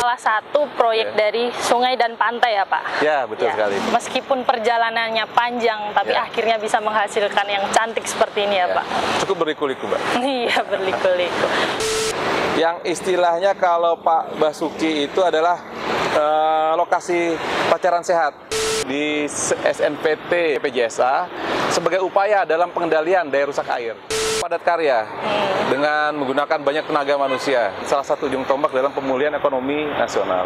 salah satu proyek dari sungai dan pantai ya Pak? Ya, betul sekali. Meskipun perjalanannya panjang, tapi akhirnya bisa menghasilkan yang cantik seperti ini ya Pak? Cukup berliku-liku, Mbak. Iya, berliku-liku. Yang istilahnya kalau Pak Basuki itu adalah lokasi pacaran sehat di SNPT PJSA sebagai upaya dalam pengendalian daya rusak air. Padat karya dengan menggunakan banyak tenaga manusia, salah satu ujung tombak dalam pemulihan ekonomi nasional.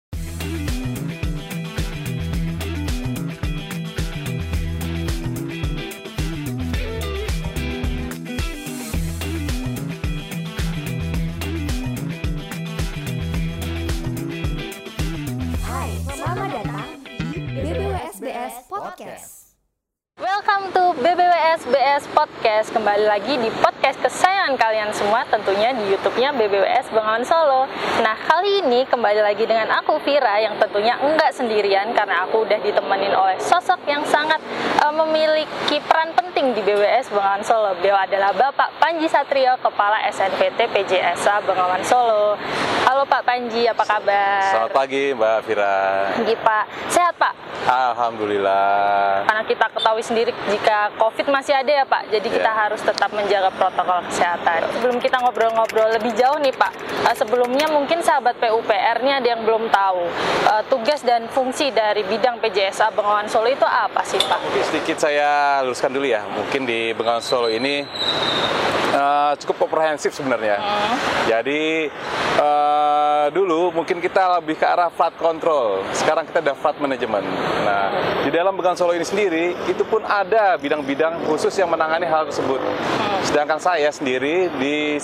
Hai, selamat datang di BBWSBS Podcast. Welcome to BBWSBS Podcast. Kembali lagi di podcast kesayangan kalian semua, tentunya di YouTube-nya BBWS Bengawan Solo. Nah, kali ini kembali lagi dengan aku Vira, yang tentunya enggak sendirian karena aku udah ditemenin oleh sosok yang sangat memiliki peran penting di BBWS Bengawan Solo. Beliau adalah Bapak Panji Satrio, Kepala SNPT PJSA Bengawan Solo. Halo Pak Panji, apa kabar? Selamat pagi Mbak Vira. Pagi Pak, sehat Pak? Alhamdulillah. Karena kita ketahui sendiri jika COVID masih ada ya Pak, jadi kita harus tetap menjaga protokol kesehatan. Sebelum kita ngobrol-ngobrol lebih jauh nih Pak, sebelumnya mungkin sahabat PUPR nih ada yang belum tahu tugas dan fungsi dari bidang PJSA Bengawan Solo itu apa sih Pak? Sedikit saya luruskan dulu ya, mungkin di Bengawan Solo ini cukup komprehensif sebenarnya. Jadi dulu mungkin kita lebih ke arah flat control, sekarang kita ada flat management. Nah, di dalam Bengawan Solo ini sendiri itu pun ada bidang-bidang khusus yang menangani hal tersebut. Sedangkan saya sendiri di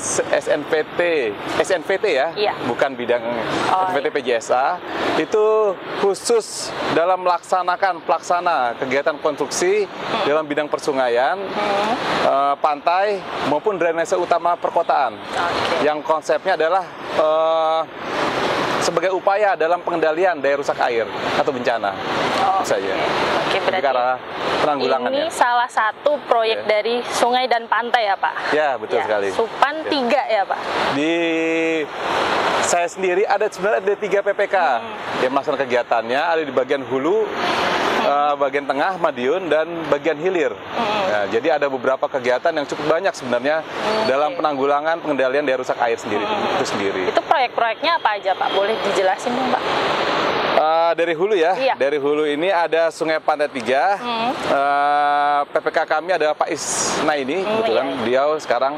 SNPT ya, bukan bidang SNPT PJSA, itu khusus dalam melaksanakan pelaksana kegiatan konstruksi dalam bidang persungaian, pantai maupun drainase utama perkotaan. Yang konsepnya adalah sebagai upaya dalam pengendalian daya rusak air atau bencana saja. Berarti karena penanggulangannya. Ini salah satu proyek dari sungai dan pantai ya Pak? Ya, betul sekali. Supan 3 ya Pak? Di saya sendiri sebenarnya ada 3 PPK yang melaksanakan kegiatannya, ada di bagian hulu, bagian tengah, Madiun, dan bagian hilir. Nah, jadi ada beberapa kegiatan yang cukup banyak sebenarnya dalam penanggulangan pengendalian daya rusak air sendiri itu sendiri. Itu proyek-proyeknya apa aja Pak? Boleh dijelasin dong Pak? Dari hulu ya, dari hulu ini ada Sungai Pantai 3, PPK kami ada Pak Isnaini, kebetulan beliau sekarang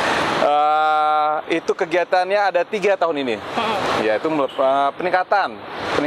itu kegiatannya ada 3 tahun ini, yaitu peningkatan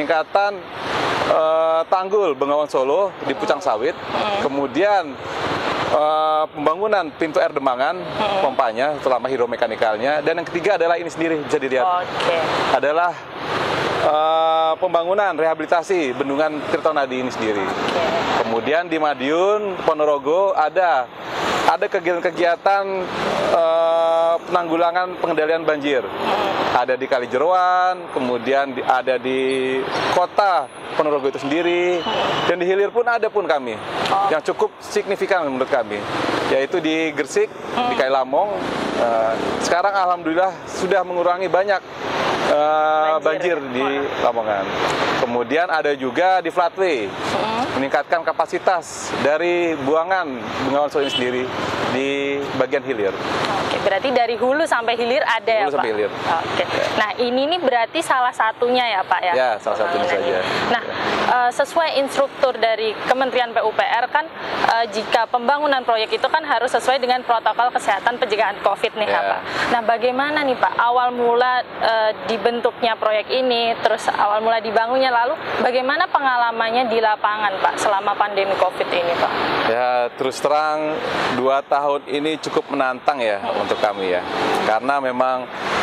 tanggul Bengawan Solo di Pucang Sawit, kemudian pembangunan pintu air Demangan, pompanya selama hidromekanikalnya, dan yang ketiga adalah ini sendiri bisa dilihat, adalah pembangunan rehabilitasi bendungan Tirtonadi ini sendiri. Kemudian di Madiun, Ponorogo ada kegiatan-kegiatan penanggulangan pengendalian banjir. Ada di Kalijeroan, kemudian ada di kota Ponorogo itu sendiri, dan di hilir pun ada kami yang cukup signifikan menurut kami, yaitu di Gresik, di Kailamong. Sekarang alhamdulillah sudah mengurangi banyak banjir di Lamongan. Kemudian ada juga di Flatway, meningkatkan kapasitas dari buangan Bengawan Solo ini sendiri di bagian hilir. Berarti dari hulu sampai hilir ada ya Pak? Hulu sampai hilir. Nah ini berarti salah satunya ya Pak ya? Ya, salah satunya saja. Nah, sesuai instruktur dari Kementerian PUPR kan, jika pembangunan proyek itu kan harus sesuai dengan protokol kesehatan pencegahan COVID nih Pak. Nah, bagaimana nih Pak awal mula dibentuknya proyek ini, terus awal mula dibangunnya, lalu bagaimana pengalamannya di lapangan Pak selama pandemi COVID ini Pak? Ya, terus terang 2 tahun ini cukup menantang ya untuk kami ya, karena memang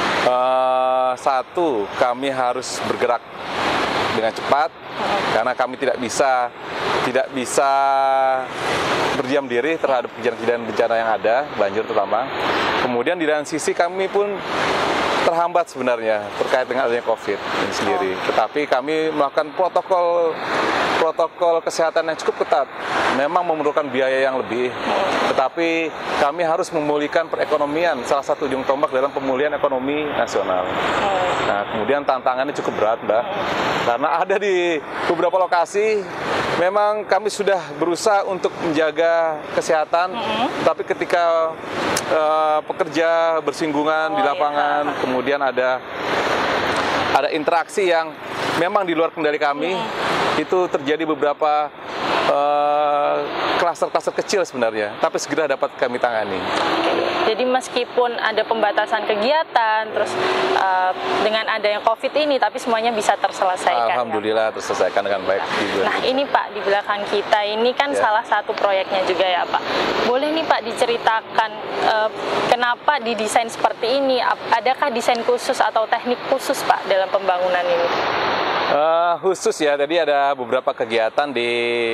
satu, kami harus bergerak dengan cepat karena kami tidak bisa berdiam diri terhadap kejadian bencana yang ada, banjir terutama. Kemudian di lain sisi kami pun terhambat sebenarnya terkait dengan adanya COVID ini sendiri. Tetapi kami melakukan protokol kesehatan yang cukup ketat. Memang memerlukan biaya yang lebih, tetapi kami harus memulihkan perekonomian, salah satu ujung tombak dalam pemulihan ekonomi nasional. Nah, kemudian tantangannya cukup berat, Mbak, karena ada di beberapa lokasi. Memang kami sudah berusaha untuk menjaga kesehatan, tapi ketika pekerja bersinggungan di lapangan, kemudian ada interaksi yang memang di luar kendali kami, itu terjadi beberapa klaster-klaster kecil sebenarnya, tapi segera dapat kami tangani. Jadi meskipun ada pembatasan kegiatan, terus dengan adanya COVID ini, tapi semuanya bisa terselesaikan. Alhamdulillah terselesaikan dengan baik. Nah ini Pak, di belakang kita ini kan salah satu proyeknya juga ya Pak. Boleh nih Pak diceritakan kenapa didesain seperti ini? Adakah desain khusus atau teknik khusus Pak dalam pembangunan ini? Khusus ya, tadi ada beberapa kegiatan di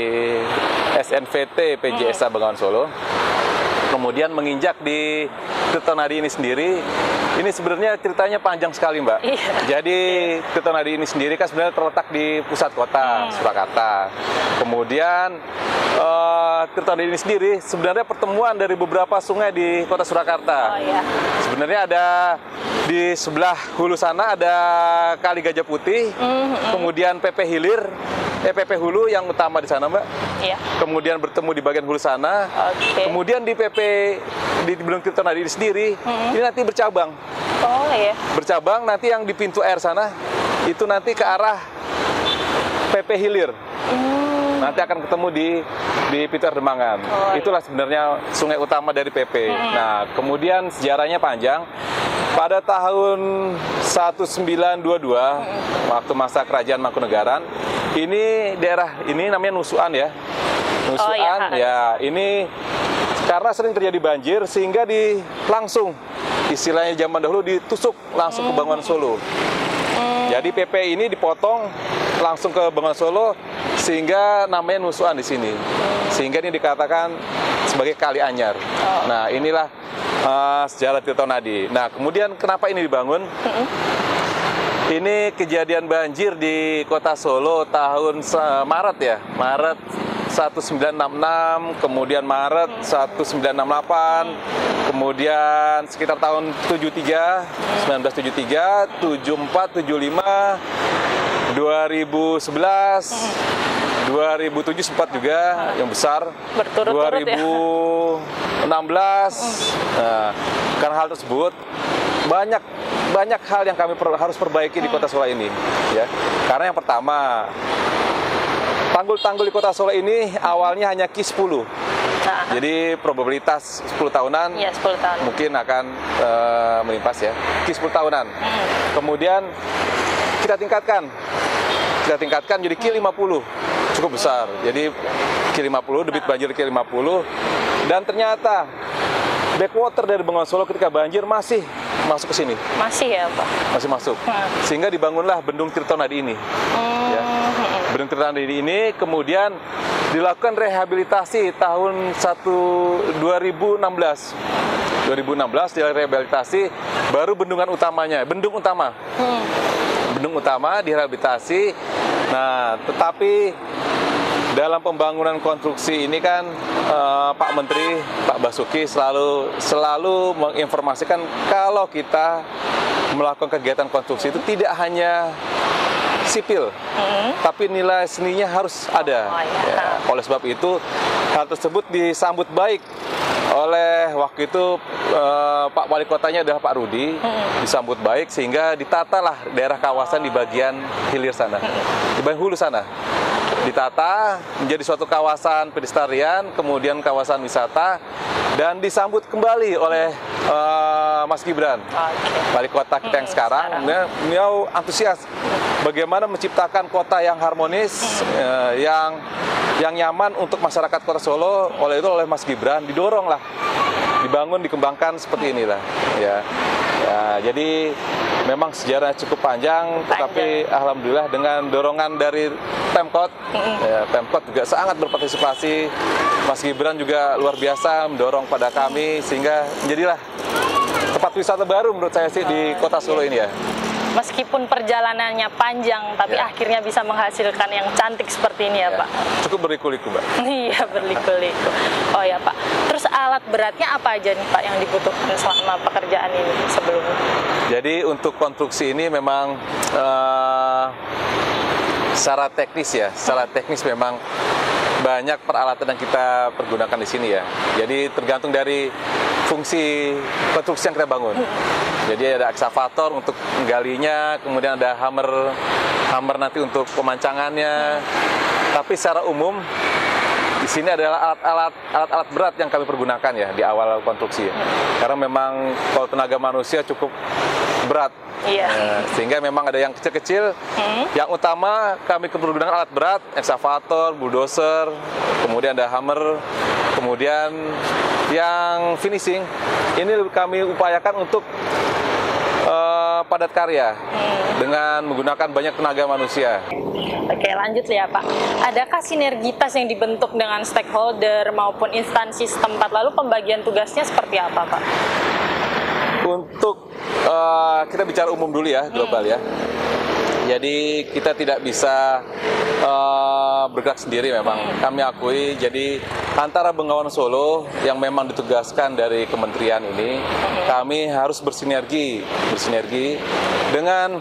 SNVT PJSA Bengawan Solo. Kemudian menginjak di Tirtonadi ini sendiri, ini sebenarnya ceritanya panjang sekali Mbak. Jadi Tirtonadi ini sendiri kan sebenarnya terletak di pusat kota Surakarta. Kemudian Tirtonadi ini sendiri sebenarnya pertemuan dari beberapa sungai di kota Surakarta. Sebenarnya ada di sebelah hulu sana ada Kali Gajah Putih, kemudian PP Hilir, PP Hulu yang utama di sana Mbak. Kemudian bertemu di bagian hulu sana. Kemudian di PP di Bendung Tirtonadi ini sendiri, ini nanti bercabang. Bercabang nanti yang di pintu air sana itu nanti ke arah PP Hilir. Nanti akan ketemu di pintu air Demangan. Itulah sebenarnya sungai utama dari PP. Nah, kemudian sejarahnya panjang. Pada tahun 1922, waktu masa Kerajaan Mangkunegaran, ini daerah ini namanya Nusuan ya. Nusuan ya, ini karena sering terjadi banjir sehingga langsung istilahnya zaman dahulu ditusuk langsung ke Bengawan Solo. Jadi PP ini dipotong langsung ke Bengawan Solo sehingga namanya Nusuan di sini. Sehingga ini dikatakan sebagai Kali Anyar. Nah, inilah sejarah Tirtonadi. Nah, kemudian kenapa ini dibangun? Ini kejadian banjir di kota Solo tahun Maret ya. Maret 1966, kemudian Maret 1968, kemudian sekitar tahun 1973, 74, 75, 2011, 2007 sempat juga yang besar, 2016. Nah, karena hal tersebut banyak hal yang kami harus perbaiki di kota Solo ini, ya. Karena yang pertama, tanggul-tanggul di kota Solo ini awalnya hanya Ki 10. Jadi probabilitas 10 tahunan, 10 tahun mungkin akan melimpas ya. Ki 10 tahunan. Kemudian kita tingkatkan jadi Ki 50. Cukup besar. Jadi Ki 50, debit banjir Ki 50. Dan ternyata backwater dari Bengawan Solo ketika banjir masih masuk ke sini. Masih ya Pak? Masih masuk. Sehingga dibangunlah Bendung Tirtonadi ini. Ya. Bendung Tirtonadi ini kemudian dilakukan rehabilitasi tahun 2016. 2016 direhabilitasi, baru bendungan utamanya, bendung utama. Bendung utama direhabilitasi. Nah, tetapi dalam pembangunan konstruksi ini kan Pak Menteri, Pak Basuki selalu menginformasikan kalau kita melakukan kegiatan konstruksi itu tidak hanya sipil, tapi nilai seninya harus ada. Ya, oleh sebab itu, hal tersebut disambut baik oleh waktu itu Pak Wali Kotanya adalah Pak Rudi, disambut baik sehingga ditatalah daerah kawasan di bagian hilir sana, di bagian hulu sana. Ditata menjadi suatu kawasan pedestrian, kemudian kawasan wisata, dan disambut kembali oleh Mas Gibran, wali kota kita yang sekarang. Beliau antusias bagaimana menciptakan kota yang harmonis, yang nyaman untuk masyarakat kota Solo. Oleh Mas Gibran didoronglah, dibangun, dikembangkan seperti inilah. Ya, jadi memang sejarah cukup panjang, tetapi alhamdulillah dengan dorongan dari Pemkot, Pemkot juga sangat berpartisipasi. Mas Gibran juga luar biasa mendorong pada kami sehingga menjadilah tepat tempat wisata baru menurut saya sih di Kota Solo ini ya. Meskipun perjalanannya panjang, tapi akhirnya bisa menghasilkan yang cantik seperti ini ya, Pak. Cukup berliku-liku, Mbak. Iya, berliku-liku. Oh ya, Pak. Terus alat beratnya apa aja nih, Pak, yang dibutuhkan selama pekerjaan ini sebelumnya? Jadi untuk konstruksi ini memang secara teknis memang banyak peralatan yang kita pergunakan di sini ya. Jadi tergantung dari fungsi konstruksi yang kita bangun. Jadi ada eksavator untuk menggalinya, kemudian ada hammer nanti untuk pemancangannya. Tapi secara umum di sini adalah alat-alat berat yang kami pergunakan ya di awal konstruksi ya. Karena memang kalau tenaga manusia cukup berat. Iya. Sehingga memang ada yang kecil-kecil. Yang utama kami pergunakan alat berat, eksavator, bulldozer, kemudian ada hammer, kemudian yang finishing ini kami upayakan untuk padat karya dengan menggunakan banyak tenaga manusia. Oke, lanjut ya, Pak. Adakah sinergitas yang dibentuk dengan stakeholder maupun instansi setempat? Lalu pembagian tugasnya seperti apa, Pak? Untuk kita bicara umum dulu ya, global ya. Jadi kita tidak bisa bergerak sendiri memang. Kami akui, jadi antara Bengawan Solo yang memang ditugaskan dari kementerian ini, kami harus bersinergi dengan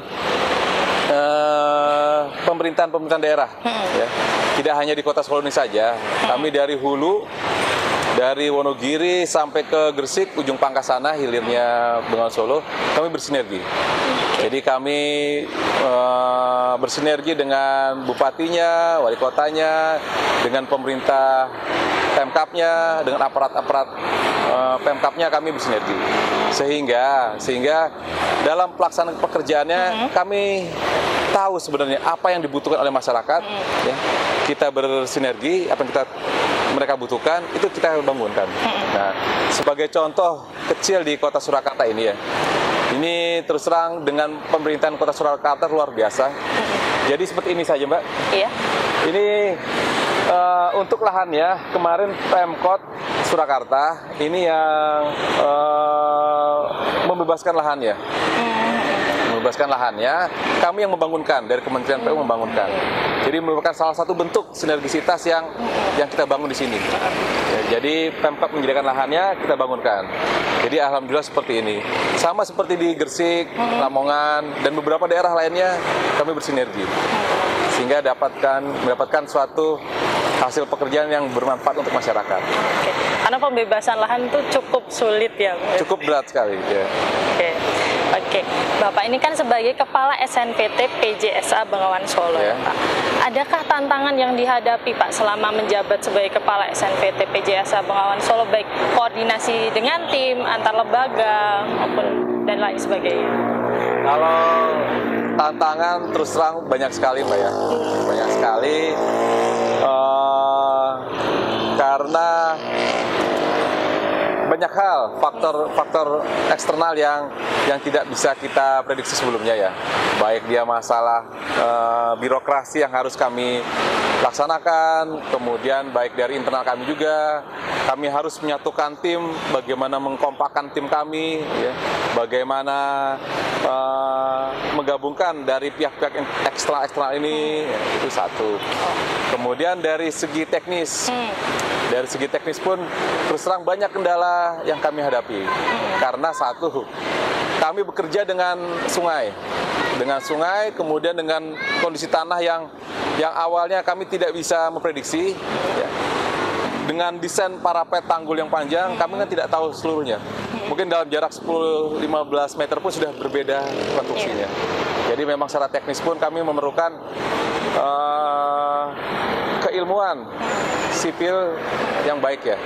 pemerintahan daerah. Ya. Tidak hanya di Kota Solo ini saja, kami dari hulu, dari Wonogiri sampai ke Gresik, ujung pangkas sana, hilirnya Bengawan Solo, kami bersinergi. Jadi kami bersinergi dengan bupatinya, wali kotanya, dengan pemerintah Pemkapnya, dengan aparat-aparat Pemkapnya kami bersinergi. Sehingga dalam pelaksanaan pekerjaannya kami tahu sebenarnya apa yang dibutuhkan oleh masyarakat. Ya. Kita bersinergi, apa yang mereka butuhkan itu kita bangunkan. Nah, sebagai contoh kecil di Kota Surakarta ini ya. Ini terus terang dengan pemerintahan Kota Surakarta luar biasa. Jadi seperti ini saja, Mbak. Iya. Ini untuk lahannya kemarin Pemkot Surakarta ini yang membebaskan lahannya. Membebaskan lahannya, kami yang membangunkan, dari Kementerian PU membangunkan. Jadi merupakan salah satu bentuk sinergisitas yang kita bangun di sini. Ya, jadi Pemkot menyediakan lahannya, kita bangunkan. Jadi alhamdulillah seperti ini. Sama seperti di Gresik, Lamongan, dan beberapa daerah lainnya kami bersinergi. Sehingga mendapatkan suatu hasil pekerjaan yang bermanfaat untuk masyarakat. Oke. Karena pembebasan lahan itu cukup sulit ya. Cukup berat sekali. Ya. Oke. Bapak ini kan sebagai Kepala SNPT PJSA Bengawan Solo ya, Pak. Adakah tantangan yang dihadapi Pak selama menjabat sebagai Kepala SNPT PJSA Bengawan Solo, baik koordinasi dengan tim, antar lembaga, maupun dan lain sebagainya? Kalau tantangan terus terang banyak sekali, Mbak ya. Banyak sekali. Karena banyak hal, faktor eksternal yang tidak bisa kita prediksi sebelumnya ya. Baik dia masalah birokrasi yang harus kami laksanakan, kemudian baik dari internal kami juga, kami harus menyatukan tim, bagaimana mengkompakkan tim kami, ya, bagaimana menggabungkan dari pihak-pihak eksternal ini, ya, itu satu. Kemudian dari segi teknis. Dari segi teknis pun terus terang banyak kendala yang kami hadapi. Karena satu, kami bekerja dengan sungai, kemudian dengan kondisi tanah yang awalnya kami tidak bisa memprediksi. Ya. Dengan desain parapet tanggul yang panjang, kami kan tidak tahu seluruhnya. Mungkin dalam jarak 10-15 meter pun sudah berbeda konstruksinya. Jadi memang secara teknis pun kami memerlukan keilmuan sipil yang baik ya.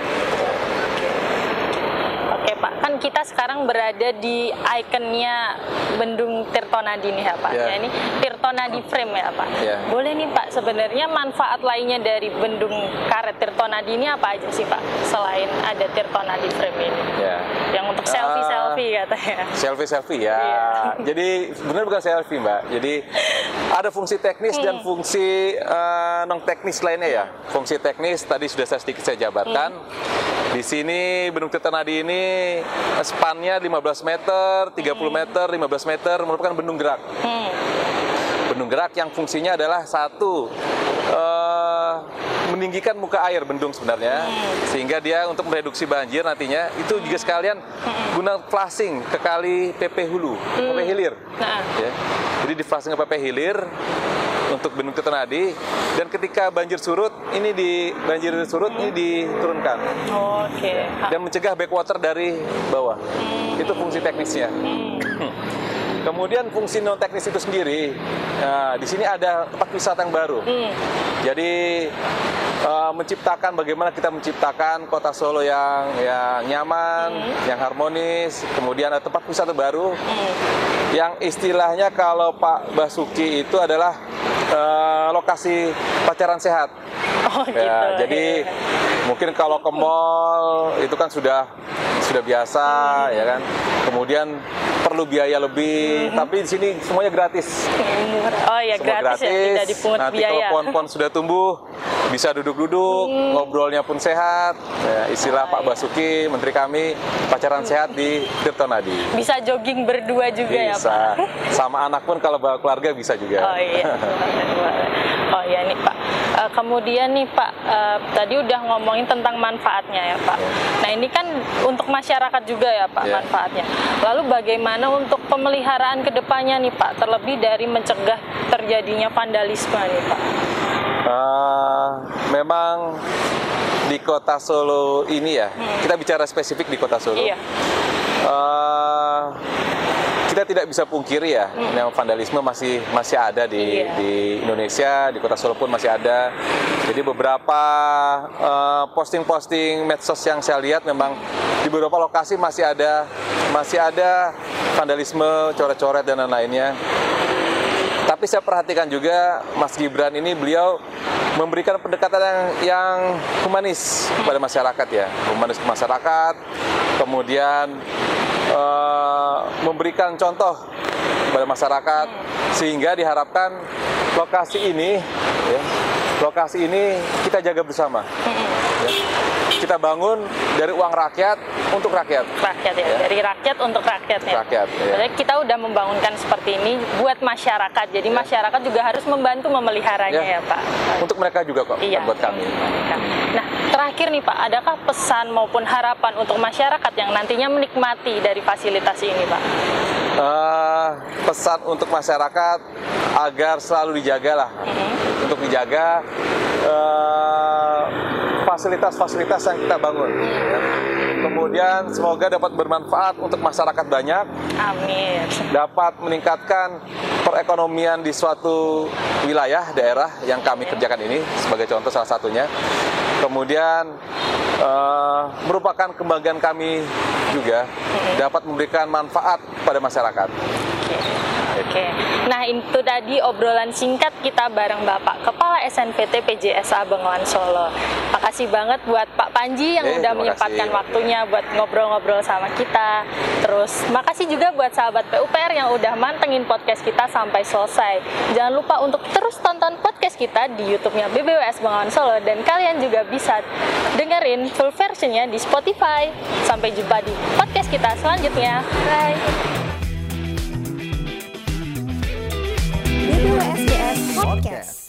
Oke Pak, kan kita sekarang berada di ikonnya Bendung Tirtonadi nih ya Pak. Ya, ini Tirtonadi Frame ya Pak. Boleh nih Pak, sebenarnya manfaat lainnya dari Bendung Karet Tirtonadi ini apa aja sih Pak? Selain ada Tirtonadi Frame ini. Yang untuk selfie katanya. Selfie ya. Jadi sebenarnya bukan selfie Mbak. Jadi ada fungsi teknis dan fungsi non teknis lainnya ya. Fungsi teknis tadi sudah sedikit saya jabarkan. Di sini Bendung Tirtonadi ini spannya 15 meter, 30 meter, 15 meter merupakan bendung gerak. Bendung gerak yang fungsinya adalah satu, meninggikan muka air bendung sebenarnya, sehingga dia untuk mereduksi banjir nantinya itu juga sekalian guna flushing ke kali PP Hulu, PP Hilir. Ya. Jadi di flushing ke PP Hilir untuk Bendung Tirtonadi, dan ketika banjir surut ini diturunkan. Oke. Dan mencegah backwater dari bawah. Itu fungsi teknisnya. Kemudian fungsi non teknis itu sendiri, nah, di sini ada tempat wisata yang baru. Jadi menciptakan bagaimana kita menciptakan kota Solo yang nyaman, yang harmonis. Kemudian ada tempat wisata baru yang istilahnya kalau Pak Basuki itu adalah lokasi pacaran sehat. Oh, gitu. Ya, jadi mungkin kalau ke mall itu kan sudah biasa, ya kan. Kemudian perlu biaya lebih, tapi di sini semuanya gratis. Oh iya, gratis, ya, tidak dipungut nanti biaya. kalau pohon-pohon sudah tumbuh, bisa duduk-duduk, ngobrolnya pun sehat. Ya, istilah Pak Basuki, Menteri kami, pacaran sehat di Tirtonadi. Bisa jogging berdua juga ya, Bisa. Pak? Sama anak pun kalau bawa keluarga bisa juga. Oh iya. Oh iya nih Pak. Kemudian nih Pak, tadi udah ngomongin tentang manfaatnya ya Pak. Nah ini kan untuk masyarakat juga ya Pak manfaatnya. Lalu bagaimana untuk pemeliharaan kedepannya nih Pak, terlebih dari mencegah terjadinya vandalisme nih Pak? Memang di Kota Solo ini ya, kita bicara spesifik di Kota Solo. Iya. Kita tidak bisa pungkiri ya, yang vandalisme masih ada di Indonesia, di Kota Solo pun masih ada. Jadi beberapa posting-posting medsos yang saya lihat memang di beberapa lokasi masih ada vandalisme, coret-coret dan lain-lainnya. Tapi saya perhatikan juga Mas Gibran ini beliau memberikan pendekatan yang humanis kepada masyarakat ya, humanis ke masyarakat, kemudian memberikan contoh kepada masyarakat sehingga diharapkan lokasi ini kita jaga bersama. Kita bangun dari uang rakyat untuk rakyat. Rakyat ya, dari rakyat untuk rakyat ya. Rakyat. Jadi kita udah membangunkan seperti ini buat masyarakat. Jadi masyarakat juga harus membantu memeliharanya ya Pak. Untuk mereka juga kok, buat kami. Nah, terakhir nih Pak, adakah pesan maupun harapan untuk masyarakat yang nantinya menikmati dari fasilitas ini Pak? Pesan untuk masyarakat agar selalu dijaga lah, untuk dijaga fasilitas-fasilitas yang kita bangun. Kemudian semoga dapat bermanfaat untuk masyarakat banyak. Amin. Dapat meningkatkan perekonomian di suatu wilayah daerah yang kami kerjakan ini sebagai contoh salah satunya. Kemudian merupakan kebanggaan kami juga dapat memberikan manfaat pada masyarakat. Oke. Nah, itu tadi obrolan singkat kita bareng Bapak Kepala SNPT PJSA Bengawan Solo. Makasih banget buat Pak Panji yang udah menyempatkan waktunya buat ngobrol-ngobrol sama kita. Terus makasih juga buat sahabat PUPR yang udah mantengin podcast kita sampai selesai. Jangan lupa untuk terus tonton podcast kita di YouTube-nya BBWS Bengawan Solo, dan kalian juga bisa dengerin full versionnya di Spotify. Sampai jumpa di podcast kita selanjutnya. Bye. BBWSBS Podcast.